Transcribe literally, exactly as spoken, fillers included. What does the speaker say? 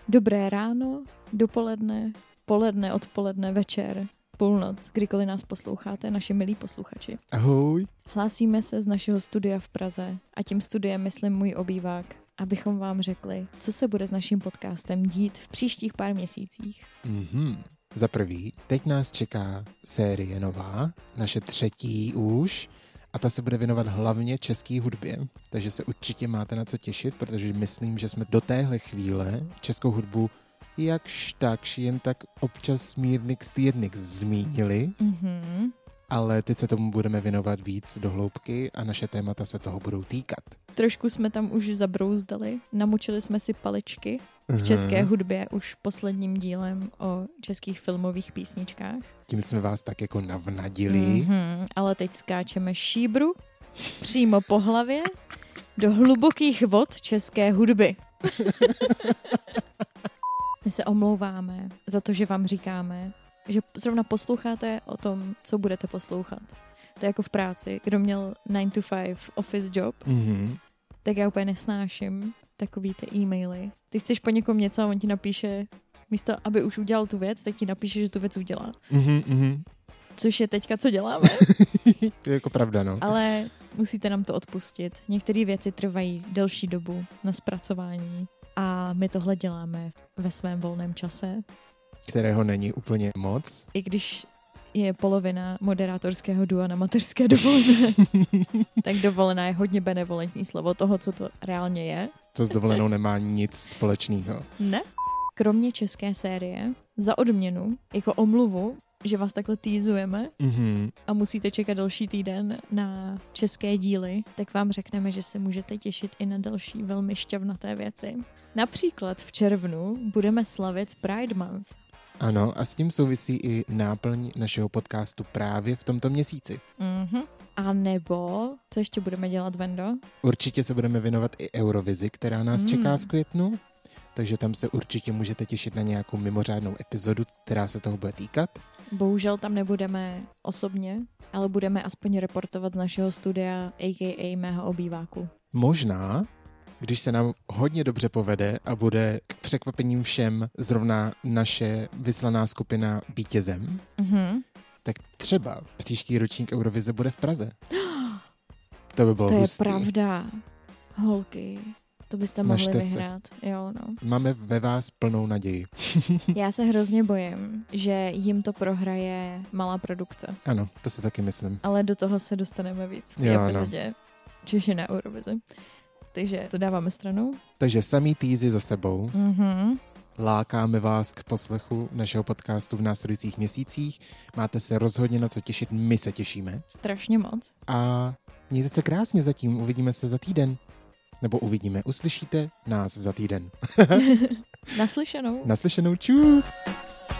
Dobré ráno, dopoledne, poledne, odpoledne, večer, půlnoc, kdykoliv nás posloucháte, naši milí posluchači. Ahoj. Hlásíme se z našeho studia v Praze a tím studiem myslím můj obývák, abychom vám řekli, co se bude s naším podcastem dít v příštích pár měsících. Mhm. Za prvý, teď nás čeká série nová, naše třetí už, a ta se bude věnovat hlavně české hudbě, takže se určitě máte na co těšit, protože myslím, že jsme do téhle chvíle českou hudbu jakž takž jen tak občas mírnix týdnix zmínili, Mhm. ale teď se tomu budeme věnovat víc do hloubky a naše témata se toho budou týkat. Trošku jsme tam už zabrouzdali, namočili jsme si paličky v české hudbě už posledním dílem o českých filmových písničkách. Tím jsme vás tak jako navnadili. Mm-hmm, ale teď skáčeme šíbru přímo po hlavě do hlubokých vod české hudby. My se omlouváme za to, že vám říkáme, že zrovna posloucháte o tom, co budete poslouchat. To je jako v práci, kdo měl nine to five office job, Mhm. tak já úplně nesnáším takový ty e-maily. Ty chceš po někom něco a on ti napíše, místo aby už udělal tu věc, tak ti napíše, že tu věc udělá. Mhm, mhm. Což je teďka, co děláme. To je jako pravda, no. Ale musíte nám to odpustit. Některé věci trvají delší dobu na zpracování a my tohle děláme ve svém volném čase. Kterého není úplně moc. I když je polovina moderátorského dua na mateřské dovolené, tak dovolená je hodně benevolentní slovo toho, co to reálně je. To s dovolenou nemá nic společného. Ne? Kromě české série, za odměnu, jako omluvu, že vás takhle týzujeme Mhm. a musíte čekat další týden na české díly, tak vám řekneme, že se můžete těšit i na další velmi šťavnaté věci. Například v červnu budeme slavit Pride Month. Ano, a s tím souvisí i náplň našeho podcastu právě v tomto měsíci. Mhm. A nebo, co ještě budeme dělat, Vendo? Určitě se budeme věnovat i Eurovizi, která nás Mm. čeká v květnu, takže tam se určitě můžete těšit na nějakou mimořádnou epizodu, která se toho bude týkat. Bohužel tam nebudeme osobně, ale budeme aspoň reportovat z našeho studia, a k a mého obýváku. Možná, když se nám hodně dobře povede a bude k překvapením všem zrovna naše vyslaná skupina vítězem, Mhm. tak třeba příští ročník Eurovize bude v Praze. To by bylo To je hustý. pravda. Holky, to byste Snažte mohli se. vyhrát. Jo, no. Máme ve vás plnou naději. Já se hrozně bojím, že jim to prohraje malá produkce. Ano, to si taky myslím. Ale do toho se dostaneme víc v té Jo, ano. epizodě Češi na Eurovizi. Takže to dáváme stranou. Takže samý týzy za sebou. Mhm. Lákáme vás k poslechu našeho podcastu v následujících měsících. Máte se rozhodně na co těšit, my se těšíme. Strašně moc. A mějte se krásně zatím, uvidíme se za týden. Nebo uvidíme, uslyšíte nás za týden. Naslyšenou. Naslyšenou, čus!